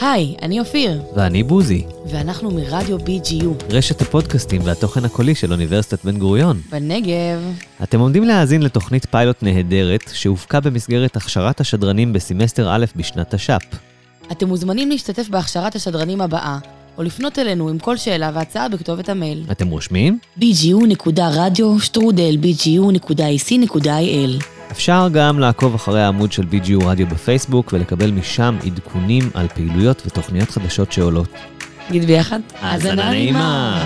היי, אני אופיר. ואני בוזי. ואנחנו מרדיו BGU. רשת הפודקאסטים והתוכן הקולי של אוניברסיטת בן גוריון. בנגב. אתם עומדים להאזין לתוכנית פיילוט נהדרת שהופקה במסגרת הכשרת השדרנים בסמסטר א' בשנת תש"פ. אתם מוזמנים להשתתף בהכשרת השדרנים הבאה, או לפנות אלינו עם כל שאלה והצעה בכתובת המייל. אתם רושמים? bgu.radio@bgu.ac.il. אפשר גם לעקוב אחרי העמוד של BGU רדיו בפייסבוק ולקבל משם עדכונים על פעילויות ותוכניות חדשות שעולות. נגיד ביחד? האזנה נעימה.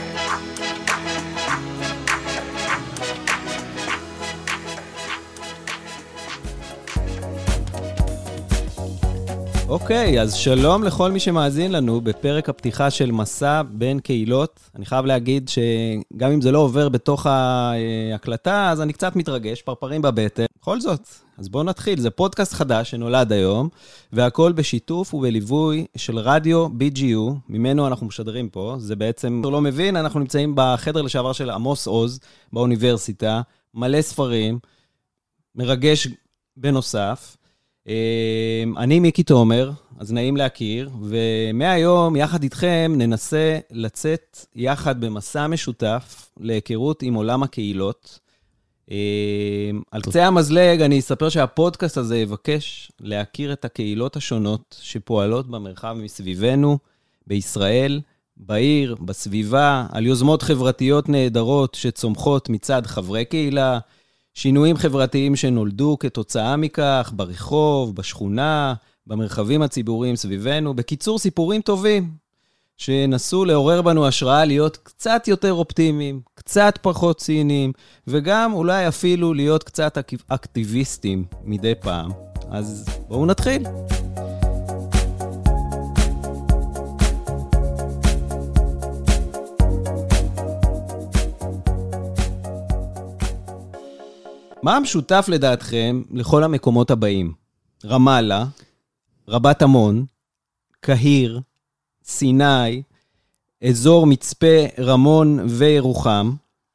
אוקיי, אז שלום לכל מי שמאזין לנו בפרק הפתיחה של מסע בין קהילות. אני חייב להגיד שגם אם זה לא עובר בתוך ההקלטה, אז אני קצת מתרגש, פרפרים בבטן. בכל זאת, אז בואו נתחיל. זה פודקאסט חדש שנולד היום, והכל בשיתוף ובליווי של רדיו BGU, ממנו אנחנו משדרים פה. זה בעצם, לא מבין, אנחנו נמצאים בחדר לשעבר של עמוס עוז, באוניברסיטה, מלא ספרים, מרגש בנוסף. אני מיקי תומר, אז נעים להכיר, ומהיום יחד איתכם ננסה לצאת יחד במסע משותף להיכרות עם עולם הקהילות. על קצה המזלג אני אספר שהפודקאסט הזה יבקש להכיר את הקהילות השונות שפועלות במרחב מסביבנו, בישראל, בעיר, בסביבה, על יוזמות חברתיות נהדרות שצומחות מצד חברי קהילה, שינויים חברתיים שנולדו כתוצאה מכך, ברחוב, בשכונה, במרחבים הציבוריים סביבנו. בקיצור, סיפורים טובים, שנסו לעורר בנו השראה להיות קצת יותר אופטימיים, קצת פחות ציניים, וגם אולי אפילו להיות קצת אקטיביסטים מדי פעם. אז בואו נתחיל. מה המשותף לדעתכם לכל המקומות הבאים? רמאללה, רבת עמון, קהיר, סיני, אזור מצפה רמון וירוחם.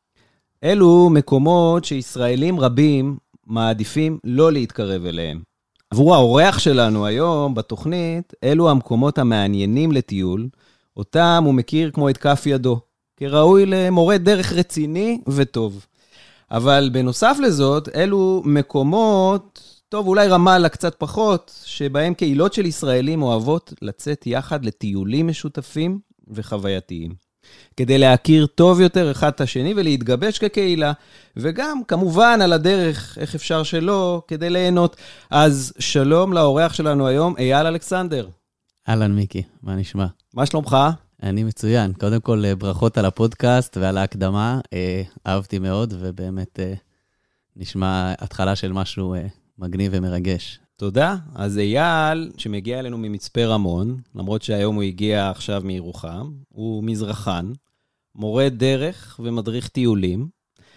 אלו מקומות שישראלים רבים מעדיפים לא להתקרב אליהם. עבור האורח שלנו היום בתוכנית, אלו המקומות המעניינים לטיול, אותם הוא מכיר כמו את כף ידו, כראוי למורה דרך רציני וטוב. אבל בנוסף לזאת, אלו מקומות, טוב, אולי רמאללה קצת פחות, שבהם קהילות של ישראלים אוהבות לצאת יחד לטיולים משותפים וחווייתיים. כדי להכיר טוב יותר אחד את השני ולהתגבש כקהילה, וגם כמובן על הדרך, איך אפשר שלא, כדי ליהנות. אז שלום לאורח שלנו היום, אייל אלכסנדר. אהלן מיקי, מה נשמע? מה שלומך? אני מצוין. קודם כל, ברכות על הפודקאסט ועל ההקדמה. אהבתי מאוד, ובאמת נשמע התחלה של משהו מגניב ומרגש. תודה. אז אייל, שמגיע אלינו ממצפה רמון, למרות שהיום הוא הגיע עכשיו מירוחם, הוא מזרחן, מורה דרך ומדריך טיולים,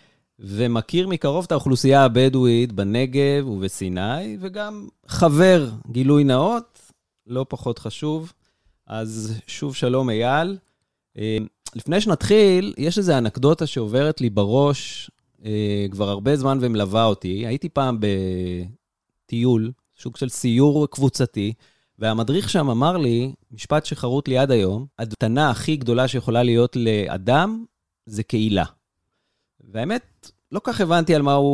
ומכיר מקרוב את האוכלוסייה הבדואית בנגב ובסיני, וגם חבר גילוי נאות, לא פחות חשוב. אז שוב שלום אייל. לפני שנתחיל, יש איזו אנקדוטה שעוברת לי בראש כבר הרבה זמן ומלווה אותי. הייתי פעם בטיול, שוק של סיור קבוצתי, והמדריך שם אמר לי, משפט שחרוט לי עד היום, הדתנה הכי גדולה שיכולה להיות לאדם, זה קהילה. והאמת, לא כך הבנתי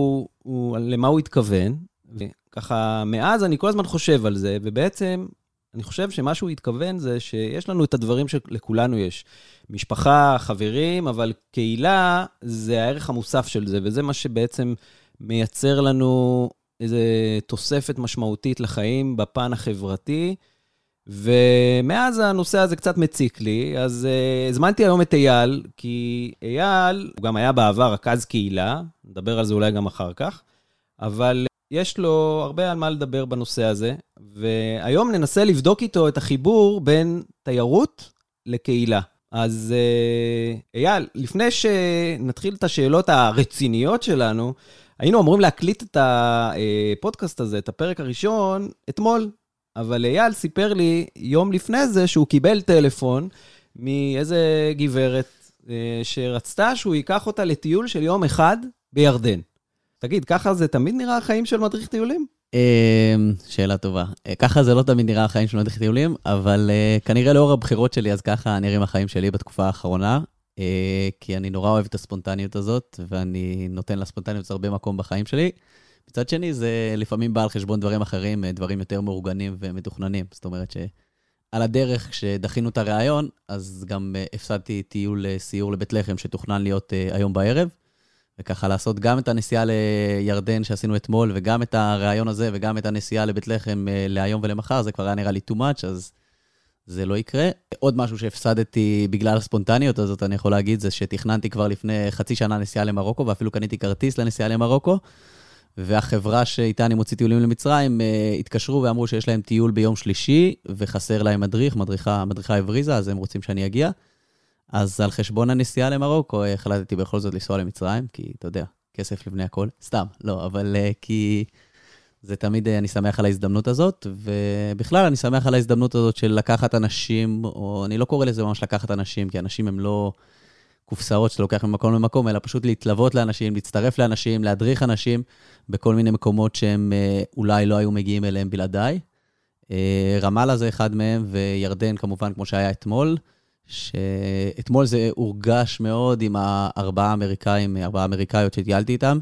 למה הוא התכוון, וככה מאז אני כל הזמן חושב על זה, ובעצם אני חושב שמה שהוא התכוון זה שיש לנו את הדברים שלכולנו יש. משפחה, חברים, אבל קהילה זה הערך המוסף של זה, וזה מה שבעצם מייצר לנו איזו תוספת משמעותית לחיים בפן החברתי, ומאז הנושא הזה קצת מציק לי, אז הזמנתי היום את אייל, כי אייל, הוא גם היה בעבר רכז קהילה, נדבר על זה אולי גם אחר כך, אבל יש לו הרבה על מה לדבר בנושא הזה, והיום ננסה לבדוק איתו את החיבור בין תיירות לקהילה. אז אייל, לפני שנתחיל את השאלות הרציניות שלנו, היינו אמורים להקליט את הפודקאסט הזה, את הפרק הראשון, אתמול. אבל אייל סיפר לי יום לפני זה שהוא קיבל טלפון מאיזה גברת שרצתה שהוא ייקח אותה לטיול של יום אחד בירדן. תגיד, ככה זה תמיד נראה החיים של מדריך טיולים? שאלה טובה. ככה זה לא תמיד נראה החיים של מדריך טיולים, אבל כנראה לאור הבחירות שלי, אז ככה נראים החיים שלי בתקופה האחרונה, כי אני נורא אוהב את הספונטניות הזאת, ואני נותן לספונטניות הרבה מקום בחיים שלי. מצד שני, זה לפעמים בא על חשבון דברים אחרים, דברים יותר מאורגנים ומתוכננים. זאת אומרת שעל הדרך, כשדחינו את הרעיון, אז גם הפסדתי סיור לבית לחם, שתוכנן להיות היום בערב, וככה לעשות גם את הנסיעה לירדן שעשינו אתמול, וגם את הרעיון הזה, וגם את הנסיעה לבית לחם להיום ולמחר, זה כבר היה נראה לי too much, אז זה לא יקרה. עוד משהו שהפסדתי בגלל הספונטניות הזאת, אני יכול להגיד, זה שתכננתי כבר לפני חצי שנה נסיעה למרוקו, ואפילו קניתי כרטיס לנסיעה למרוקו, והחברה שאיתה אני מוציא טיולים למצרים, התקשרו ואמרו שיש להם טיול ביום שלישי, וחסר להם מדריכה הבריזה, אז הם רוצים שאני אגיע. אז על חשבון הנסיעה למרוקו, החלטתי בכל זאת לנסוע למצרים, כי אתה יודע, כסף לבני הכל. סתם, לא, אבל כי זה תמיד, אני שמח על ההזדמנות הזאת, ובכלל אני שמח על ההזדמנות הזאת של לקחת אנשים, או אני לא קורא לזה ממש לקחת אנשים, כי אנשים הם לא קופסאות שאתה לוקח ממקום למקום, אלא פשוט להתלוות לאנשים, להצטרף לאנשים, להדריך אנשים בכל מיני מקומות שהם אולי לא היו מגיעים אליהם בלעדיי. רמאללה זה אחד מהם, וירדן כמובן כמו שהיה אתמול, שאתמול זה הורגש מאוד עם ארבעה אמריקאיות שטיילתי איתם,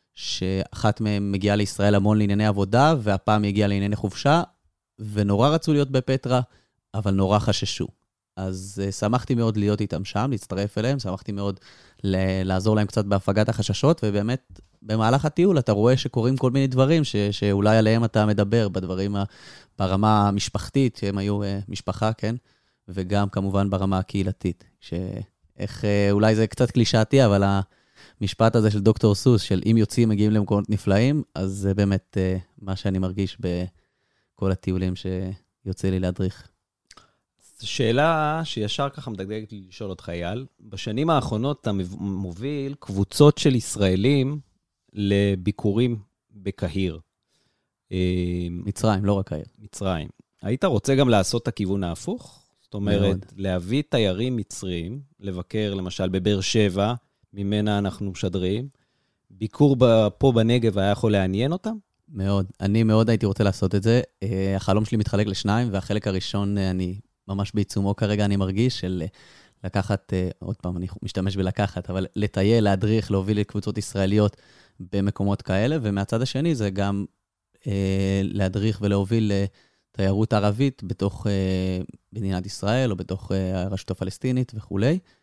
שאחת מהם מגיעה לישראל המון לענייני עבודה, והפעם הגיעה לענייני חופשה, ונורא רצו להיות בפטרה, אבל נורא חששו. אז שמחתי מאוד להיות איתם שם, להצטרף אליהם, שמחתי מאוד לעזור להם קצת בהפגת החששות, ובאמת במהלך הטיול אתה רואה שקורים כל מיני דברים שאולי עליהם אתה מדבר, בדברים ברמה המשפחתית, שהם היו משפחה, כן? וגם כמובן ברמה הקהילתית, שאיך אולי זה קצת קלישאתי, אבל המשפט הזה של דוקטור סוס, של אם יוצאים מגיעים למקומות נפלאים, אז זה באמת מה שאני מרגיש בכל הטיולים שיוצא לי להדריך. שאלה שישר ככה מדגדגת לי לשאול אותך, אייל. בשנים האחרונות אתה מוביל קבוצות של ישראלים לביקורים בקהיר. מצרים, לא רק קהיר. מצרים. היית רוצה גם לעשות את הכיוון ההפוך? זאת אומרת, להביא תיירים מצרים, לבקר למשל בבאר שבע, ממנה אנחנו משדרים. ביקור פה בנגב היה יכול לעניין אותם? מאוד. אני מאוד הייתי רוצה לעשות את זה. החלום שלי מתחלק לשניים, והחלק הראשון אני ממש בעיצומו כרגע אני מרגיש של לקחת, עוד פעם אני משתמש בלקחת, אבל לטייל, להדריך, להוביל לקבוצות ישראליות במקומות כאלה, ומהצד השני זה גם להדריך ולהוביל תיירות ערבית בתוך מדינת ישראל, או בתוך הרשות הפלסטינית וכו'.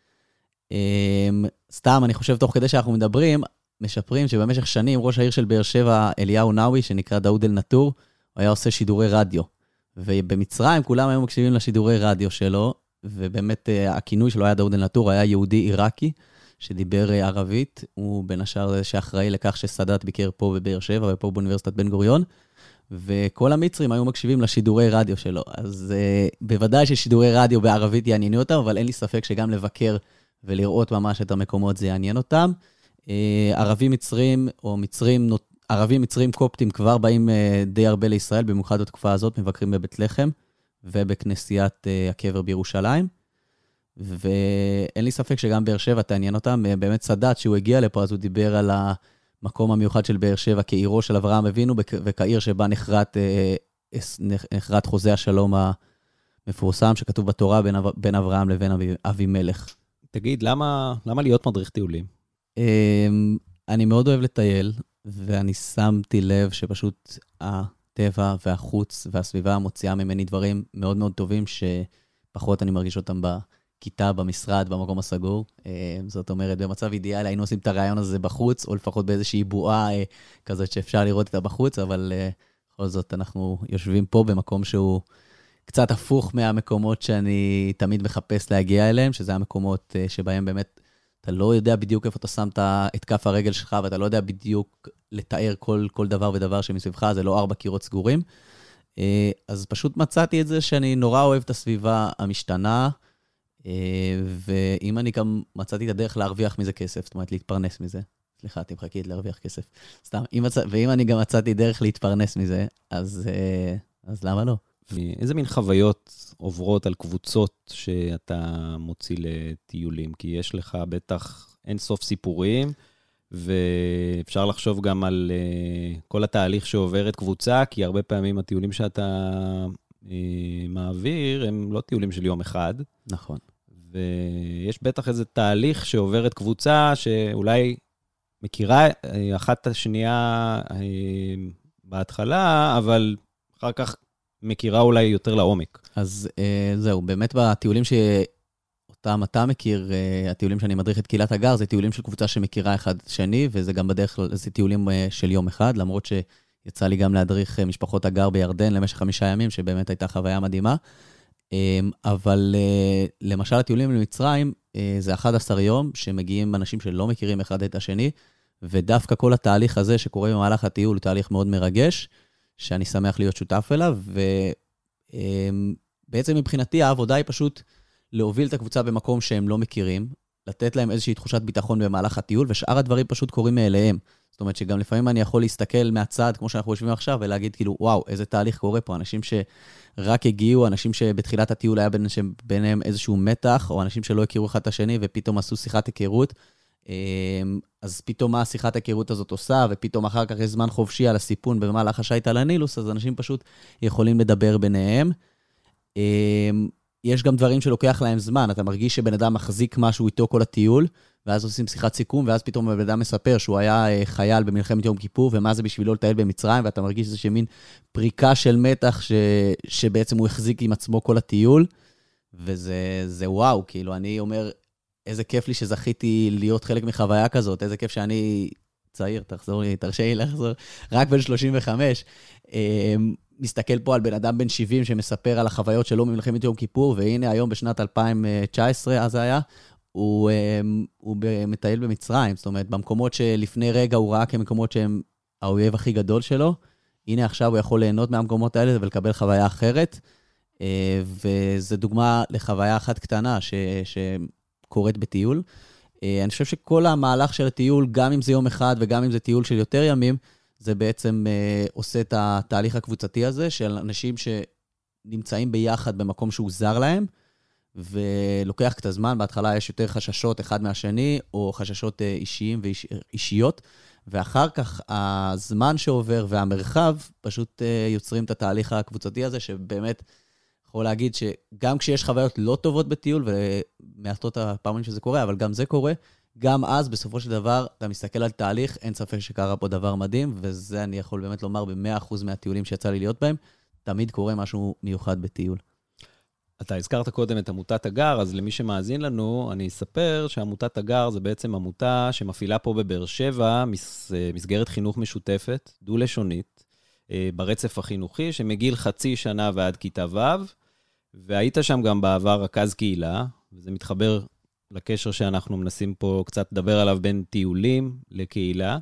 סתם, אני חושב, תוך כדי שאנחנו מדברים, משפרים שבמשך שנים, ראש העיר של באר שבע, אליהו נאווי, שנקרא דאוד אל-נטור, הוא היה עושה שידורי רדיו. ובמצרים כולם היו מקשיבים לשידורי רדיו שלו, ובאמת הכינוי שלו היה דאוד אל-נטור, היה יהודי עיראקי, שדיבר ערבית, הוא בין השאר זה שאחראי לכך שסאדאת ביקר פה בבאר שבע, ופה באוניברסיטת בן גוריון, וכל המצרים היו מקשיבים לשידורי רדיו שלו. אז בוודאי ששידורי רדיו בערבית יעניינו אותם, אבל אין לי ספק שגם לבקר ולראות ממש את המקומות זה יעניין אותם. ערבים מצרים, או ערבים מצרים קופטים כבר באים די הרבה לישראל, במיוחד בתקופה הזאת, מבקרים בבית לחם ובכנסיית הקבר בירושלים. ואין לי ספק שגם באר שבע תעניין אותם. באמת סאדאת, שהוא הגיע לפה, אז הוא דיבר על המקום המיוחד של באר שבע, כעירו של אברהם אבינו, וכעיר שבה נחרט חוזה השלום המפורסם, שכתוב בתורה בין אברהם לבין אבימלך. תגיד, למה להיות מדריך טיולים? אני מאוד אוהב לטייל, ואני שמתי לב שפשוט הטבע והחוץ והסביבה מוציאה ממני דברים מאוד מאוד טובים, שפחות אני מרגיש אותם בכיתה, במשרד, במקום הסגור. זאת אומרת, במצב אידיאלי היינו עושים את הרעיון הזה בחוץ, או לפחות באיזושהי בועה כזאת שאפשר לראות אותה בחוץ, אבל בכל זאת אנחנו יושבים פה במקום שהוא קצת הפוך מהמקומות שאני תמיד מחפש להגיע אליהם, שזה המקומות שבהם באמת אתה לא יודע בדיוק איפה אתה שם את כף הרגל שלך, ואתה לא יודע בדיוק לתאר כל דבר ודבר שמסביבך, זה לא 4 קירות סגורים. אז פשוט מצאתי את זה שאני נורא אוהב את הסביבה המשתנה, ואם אני גם מצאתי את הדרך להרוויח מזה כסף, זאת אומרת להתפרנס מזה, סליחה, תמחקי את להרוויח כסף, סתם, ואם אני גם מצאתי דרך להתפרנס מזה, אז למה לא? איזה מין חוויות עוברות על קבוצות שאתה מוציא לטיולים? כי יש לך בטח אין סוף סיפורים, ואפשר לחשוב גם על כל התהליך שעוברת קבוצה, כי הרבה פעמים הטיולים שאתה מעביר, הם לא טיולים של יום אחד. נכון. ויש בטח איזה תהליך שעוברת קבוצה, שאולי מכירה אחת השנייה בהתחלה, אבל אחר כך מכירה אולי יותר לעומק. אז זהו, באמת בטיולים שאותם אתה מכיר, הטיולים שאני מדריך את קהילת הגר, זה טיולים של קבוצה שמכירה אחד שני, וזה גם בדרך כלל, זה טיולים של יום אחד, למרות שיצא לי גם להדריך משפחות הגר בירדן למשך 5 ימים, שבאמת הייתה חוויה מדהימה. אבל למשל הטיולים למצרים, זה 11 יום, שמגיעים אנשים שלא מכירים אחד את השני, ודווקא כל התהליך הזה שקורה במהלך הטיול, הוא תהליך מאוד מרגש, שאני שמח להיות שותף אליו, ובעצם מבחינתי העבודה היא פשוט להוביל את הקבוצה במקום שהם לא מכירים, לתת להם איזושהי תחושת ביטחון במהלך הטיול, ושאר הדברים פשוט קורים מאליהם. זאת אומרת שגם לפעמים אני יכול להסתכל מהצד, כמו שאנחנו יושבים עכשיו, ולהגיד כאילו, וואו, איזה תהליך קורה פה, אנשים שרק הגיעו, אנשים שבתחילת הטיול היה ביניהם איזשהו מתח, או אנשים שלא הכירו אחד את השני, ופתאום עשו שיחת היכרות, אז פתאום מה השיחת היכרות הזאת עושה, ופתאום אחר כך יש זמן חופשי על הסיפון במהלך השייט על הנילוס, אז אנשים פשוט יכולים לדבר ביניהם. יש גם דברים שלוקח להם זמן, אתה מרגיש שבן אדם מחזיק משהו איתו כל הטיול, ואז עושים שיחת סיכום, ואז פתאום הבן אדם מספר שהוא היה חייל במלחמת יום כיפור, ומה זה בשבילו לטייל במצרים, ואתה מרגיש איזה מין פריקה של מתח שבעצם הוא החזיק עם עצמו כל הטיול, וזה וואו, כאילו אני אומר, איזה כיף לי שזכיתי להיות חלק מחוויה כזאת, איזה כיף שאני צעיר, תרשה לי לחזור, רק בן 35, מסתכל פה על בן אדם בן 70 שמספר על החוויות שלו ממלחמת יום כיפור, והנה היום בשנת 2019, אז זה היה, הוא מטייל במצרים, זאת אומרת, במקומות שלפני רגע הוא ראה כמקומות שהם האויב הכי גדול שלו, הנה עכשיו הוא יכול ליהנות מהמקומות האלה ולקבל חוויה אחרת, וזו דוגמה לחוויה אחת קטנה שקורית בטיול. אני חושב שכל המהלך של הטיול, גם אם זה יום אחד וגם אם זה טיול של יותר ימים, זה בעצם עושה את התהליך הקבוצתי הזה של אנשים שנמצאים ביחד במקום שהוא זר להם, ולוקח קצת זמן, בהתחלה יש יותר חששות אחד מהשני, או חששות אישיים ואישיות, ואחר כך הזמן שעובר והמרחב פשוט יוצרים את התהליך הקבוצתי הזה, שבאמת יכול להגיד שגם כשיש חוויות לא טובות בטיול, ומעטות הפעמים שזה קורה, אבל גם זה קורה, גם אז בסופו של דבר אתה מסתכל על תהליך, אין ספק שקרה פה דבר מדהים, וזה אני יכול באמת לומר ב100% מהטיולים שיצא לי להיות בהם, תמיד קורה משהו מיוחד בטיול. אתה הזכרת קודם את עמותת הגר, אז למי שמאזין לנו, אני אספר שעמותת הגר זה בעצם עמותה שמפעילה פה בבאר שבע, מסגרת חינוך משותפת, דו-לשונית, ברצף החינוכי, שמגיל חצי שנה ועד כיתה ו', והיית שם גם בעבר רכז קהילה, וזה מתחבר לקשר שאנחנו מנסים פה קצת לדבר עליו בין טיולים לקהילה,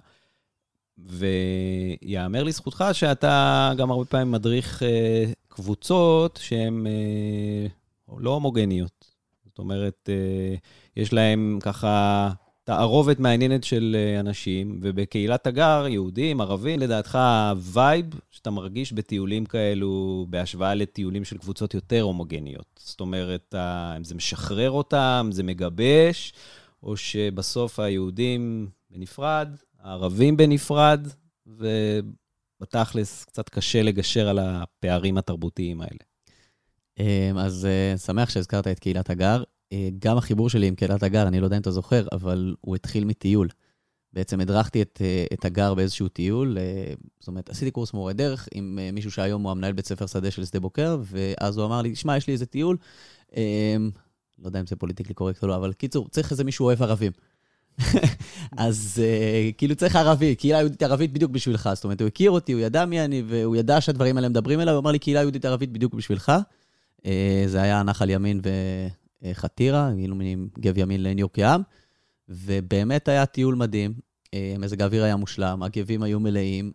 ויאמר לזכותך שאתה גם הרבה פעמים מדריך קבוצות שהן לא הומוגניות. זאת אומרת, יש להם ככה תערובת מעניינת של אנשים, ובקהילת הגר, יהודים, ערבים, לדעתך הווייב שאתה מרגיש בטיולים כאלו, בהשוואה לטיולים של קבוצות יותר הומוגניות. זאת אומרת, אם זה משחרר אותם, זה מגבש, או שבסוף היהודים בנפרד, הערבים בנפרד, ובתכלס קצת קשה לגשר על הפערים התרבותיים האלה. אז שמח שהזכרת את קהילת הגר. גם החיבור שלי עם קהילת הגר, אני לא יודע אם אתה זוכר, אבל הוא התחיל מטיול. בעצם הדרכתי את הגר באיזשהו טיול, זאת אומרת, עשיתי קורס מורה דרך עם מישהו שהיום הוא המנהל בית ספר שדה של שדה בוקר, ואז הוא אמר לי, שמע, יש לי איזה טיול, לא יודע אם זה פוליטיקלי קורקט או לא, אבל קיצור, צריך איזה מישהו אוהב ערבים. אז כאילו צריך ערבי, קהילה יהודית ערבית בדיוק בשבילך, זאת אומרת, הוא הכיר אותי, הוא ידע מי אני, והוא ידע שהדברים האלה מדברים אליו, הוא אמר לי, קהילה יהודית ערבית בדיוק בשבילך. זה היה נחל ימין וחתירה, כאילו מגב ימין לעין יוקיים, ובאמת היה טיול מדהים, מזג האוויר היה מושלם, הגבים היו מלאים,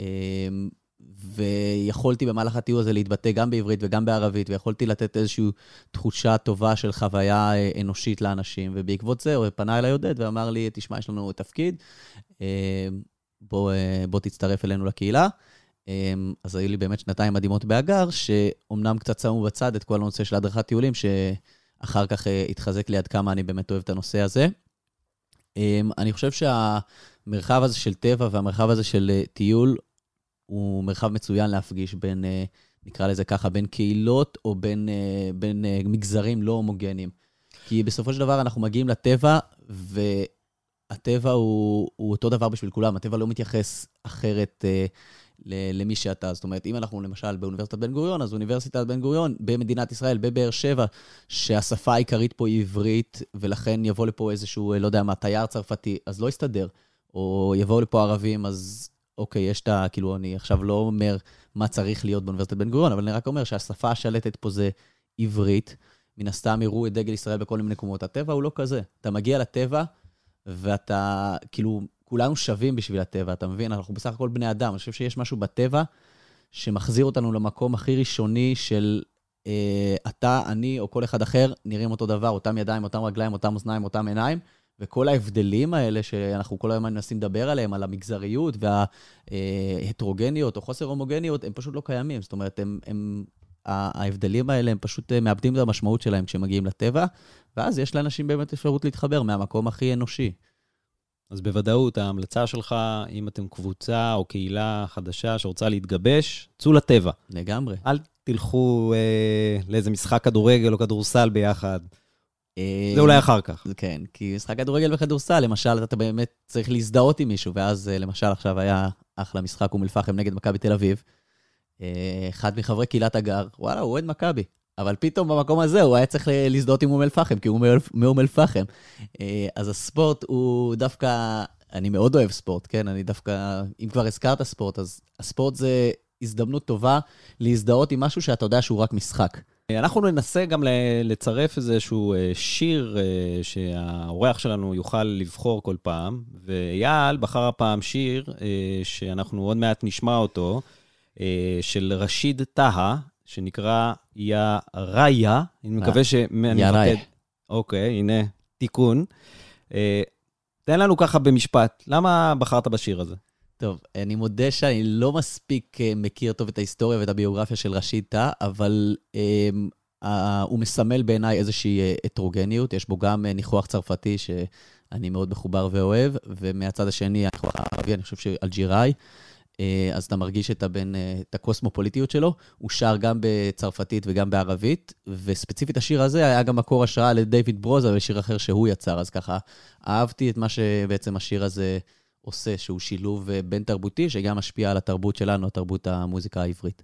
ויכולתי במהלך הטיול הזה להתבטא גם בעברית וגם בערבית, ויכולתי לתת איזושהי תחושה טובה של חוויה אנושית לאנשים, ובעקבות זה הוא פנה אליי עודד ואמר לי, תשמע, יש לנו תפקיד, בוא תצטרף אלינו לקהילה. אז היו לי באמת 2 מדהימות בהגר, שאומנם קצת שמו בצד את כל הנושא של הדרכת טיולים, שאחר כך התחזק לי עד כמה אני באמת אוהב את הנושא הזה. אני חושב שהמרחב הזה של טבע והמרחב הזה של טיול, הוא מרחב מצוין להפגיש בין, נקרא לזה ככה, בין קהילות או בין מגזרים לא הומוגניים. כי בסופו של דבר אנחנו מגיעים לטבע, והטבע הוא אותו דבר בשביל כולם. הטבע לא מתייחס אחרת למי שאתה. זאת אומרת, אם אנחנו למשל באוניברסיטת בן גוריון, אז אוניברסיטת בן גוריון במדינת ישראל, בבאר שבע, שהשפה העיקרית פה היא עברית, ולכן יבוא לפה איזשהו, לא יודע מה, תייר צרפתי, אז לא יסתדר. או יבואו לפה ערבים, אז אוקיי, יש את ה... כאילו, אני עכשיו לא אומר מה צריך להיות באוניברסיטת בן גוריון, אבל אני רק אומר שהשפה השלטת פה זה עברית. מן הסתם יראו את דגל ישראל בכל מיני מקומות. הטבע הוא לא כזה. אתה מגיע לטבע, ואתה, כאילו, כולנו שווים בשביל הטבע, אתה מבין? אנחנו בסך הכל בני אדם. אני חושב שיש משהו בטבע שמחזיר אותנו למקום הכי ראשוני של אתה, אני או כל אחד אחר נראים אותו דבר, אותם ידיים, אותם רגליים, אותם אוזניים, אותם עיניים, וכל ההבדלים האלה שאנחנו כל היום מנסים לדבר עליהם, על המגזריות וההטרוגניות או חוסר הומוגניות, הם פשוט לא קיימים. זאת אומרת, ההבדלים האלה הם פשוט מאבדים את המשמעות שלהם כשהם מגיעים לטבע, ואז יש לאנשים באמת אפשרות להתחבר מהמקום הכי אנושי. אז בוודאות, ההמלצה שלך, אם אתם קבוצה או קהילה חדשה שרוצה להתגבש, צאו לטבע. לגמרי. אל תלכו לאיזה משחק כדורגל או כדורסל ביחד. זה אולי אחר כך. כן, כי משחק כדורגל וכדורסל, למשל, אתה באמת צריך להזדהות עם מישהו, ואז למשל עכשיו היה אחלה משחק אום אל-פחם נגד מכבי תל אביב. אחד מחברי קהילת הגר, וואלה, הוא אוהד מכבי. אבל פתאום במקום הזה הוא היה צריך להזדהות עם אום אל-פחם, כי הוא מאום אל-פחם. אז הספורט הוא דווקא, אני מאוד אוהב ספורט, כן? אני דווקא, אם כבר הזכרת ספורט, אז הספורט זה הזדמנות טובה להזדהות עם משהו שאתה יודע שהוא רק משחק. אנחנו ננסה גם לצרף איזשהו שיר שהאורח שלנו יוכל לבחור כל פעם, ואייל בחר הפעם שיר שאנחנו עוד מעט נשמע אותו, של רשיד טהא, שנקרא יא ראיה, אני מקווה שאני מבטא... אוקיי, הנה, תיקון. תן לנו ככה במשפט, למה בחרת בשיר הזה? טוב, אני מודה שאני לא מספיק מכיר טוב את ההיסטוריה ואת הביוגרפיה של רשיד טהא, אבל הוא מסמל בעיניי איזושהי הטרוגניות, יש בו גם ניחוח צרפתי שאני מאוד מחובר ואוהב, ומהצד השני, הניחוח הערבי, אני חושב שאלג'יראי, אז אתה מרגיש את הקוסמופוליטיות שלו, הוא שר גם בצרפתית וגם בערבית, וספציפית השיר הזה היה גם מקור השראה לדייוויד ברוזה, ושיר אחר שהוא יצר, אז ככה אהבתי את מה שבעצם השיר הזה עושה, שהוא שילוב בין תרבותי, שגם משפיע על התרבות שלנו, תרבות המוזיקה העברית.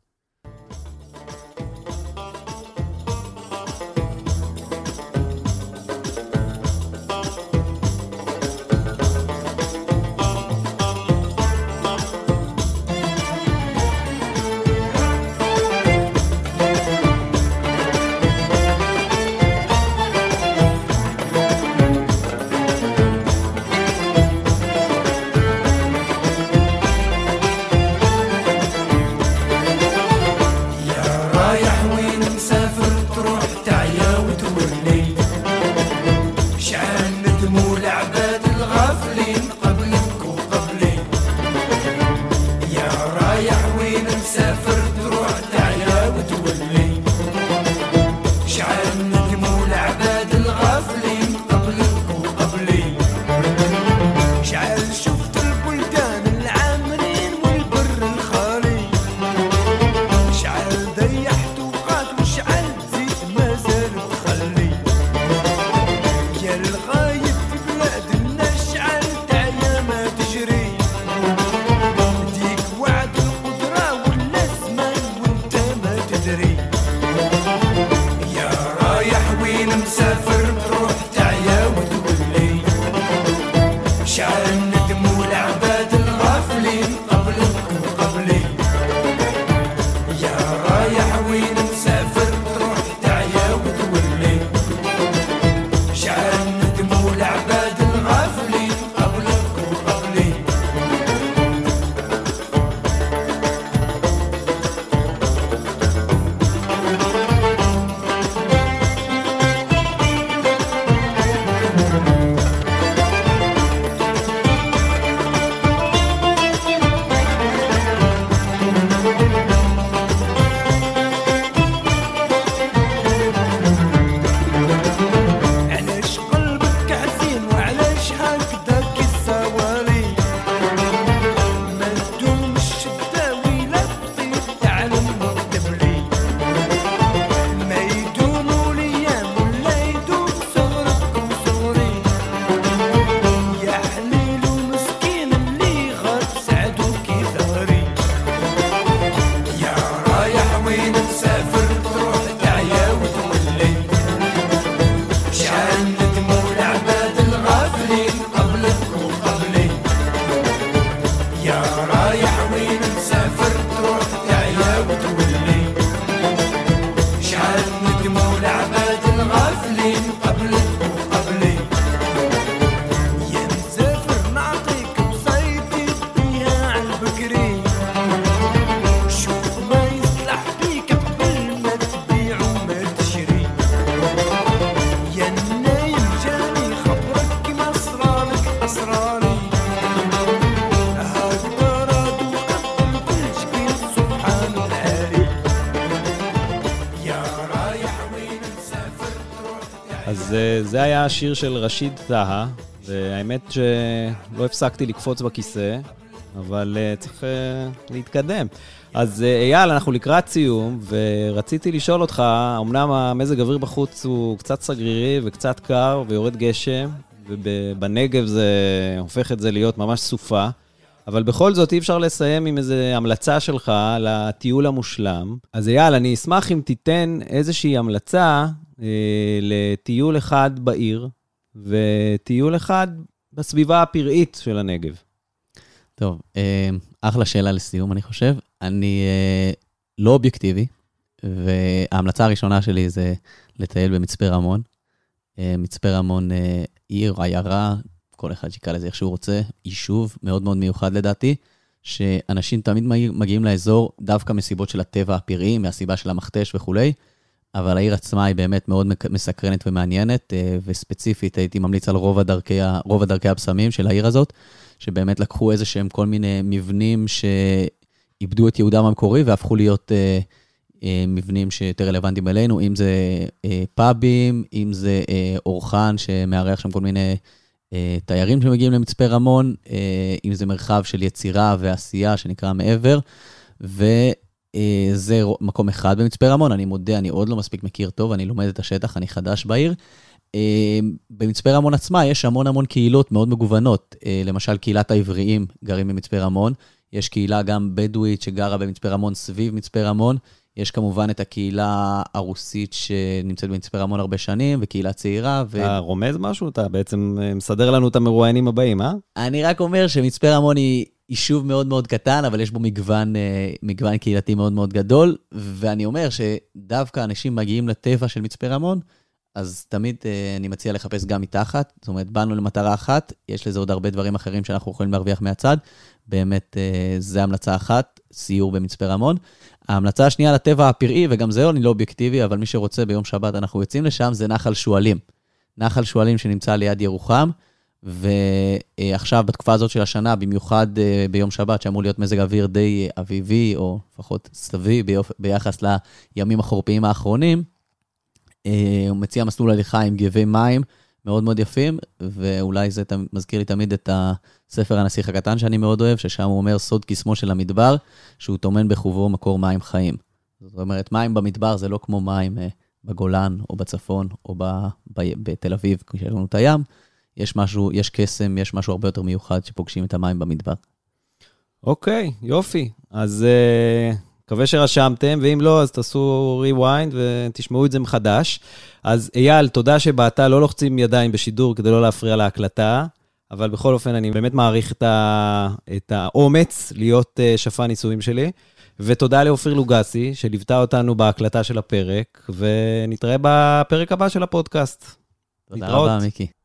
אז זה היה השיר של רשיד טהא, והאמת שלא הפסקתי לקפוץ בכיסא, אבל צריך להתקדם. אז אייל, אנחנו לקראת סיום, ורציתי לשאול אותך, אמנם המזג אוויר בחוץ הוא קצת סגרירי וקצת קר ויורד גשם, ובנגב זה הופך את זה להיות ממש סופה, אבל בכל זאת אי אפשר לסיים עם איזו המלצה שלך לטיול המושלם. אז אייל, אני אשמח אם תיתן איזושהי המלצה לטיול אחד בעיר, וטיול אחד בסביבה הפראית של הנגב. טוב, אחלה שאלה לסיום, אני חושב. אני לא אובייקטיבי, וההמלצה הראשונה שלי זה לטייל במצפה רמון. מצפה רמון עיר, עיירה, כל אחד שיקרא לזה איך שהוא רוצה, יישוב מאוד מאוד מיוחד לדעתי, שאנשים תמיד מגיעים לאזור דווקא מסיבות של הטבע הפראי, מהסיבה של המכתש וכולי, אבל העיר עצמה היא באמת מאוד מסקרנת ומעניינת, וספציפית הייתי ממליץ על רוב דרכי הבשמים של העיר הזאת, שבאמת לקחו איזה שהם כל מיני מבנים שאיבדו את יהודם המקורי, והפכו להיות מבנים שיותר רלוונטיים אלינו, אם זה פאבים, אם זה אורחן שמארח שם כל מיני תיירים שמגיעים למצפה רמון, אם זה מרחב של יצירה ועשייה שנקרא מעבר, וזה מקום אחד במצפה רמון. אני מודה, אני עוד לא מספיק מכיר טוב, אני לומד את השטח, אני חדש בעיר. במצפה רמון עצמה יש המון קהילות מאוד מגוונות, למשל קהילת העבריים גרים במצפה רמון, יש קהילה גם בדואית שגרה במצפה רמון סביב מצפה רמון, יש כמובן את הקהילה הרוסית שנמצאת במצפה רמון הרבה שנים, וקהילה צעירה. אתה רומז משהו? אתה בעצם מסדר לנו את המרואיינים הבאים, אה? אני רק אומר שמצפה רמון היא יישוב מאוד מאוד קטן, אבל יש בו מגוון קהילתי מאוד מאוד גדול, ואני אומר שדווקא אנשים מגיעים לטבע של מצפה רמון, אז תמיד אני מציע לחפש גם מתחת, זאת אומרת, באנו למטרה אחת, יש לזה עוד הרבה דברים אחרים שאנחנו יכולים להרוויח מהצד, באמת זה המלצה אחת, סיור במצפה רמון. ההמלצה השנייה לטבע הפראי, וגם זה אני לא אובייקטיבי, אבל מי שרוצה ביום שבת אנחנו יוצאים לשם, זה נחל שואלים. נחל שואלים שנמצא ליד ירוחם, ועכשיו בתקופה הזאת של השנה, במיוחד ביום שבת, שאמור להיות מזג אוויר די אביבי, או לפחות סתווי ביחס לימים החורפיים האחרונים, הוא מציע מסלול הליכה עם גבי מים מאוד מאוד יפים, ואולי זה מזכיר לי תמיד את הספר הנסיך הקטן שאני מאוד אוהב, ששם הוא אומר סוד קסמו של המדבר, שהוא טומן בחובו מקור מים חיים. זאת אומרת, מים במדבר זה לא כמו מים בגולן או בצפון או בתל אביב, כשיש לנו את הים, יש קסם, יש משהו הרבה יותר מיוחד שפוגשים את המים במדבר. אוקיי, יופי. אז מקווה שרשמתם, ואם לא, אז תעשו rewind ותשמעו את זה מחדש. אז אייל, תודה שבאת, לא לוחצים ידיים בשידור כדי לא להפריע להקלטה, אבל בכל אופן אני באמת מעריך את האומץ להיות שפן ניסויים שלי, ותודה לאופיר לוגסי שליוותה אותנו בהקלטה של הפרק, ונתראה בפרק הבא של הפודקאסט. תודה רבה, מיקי.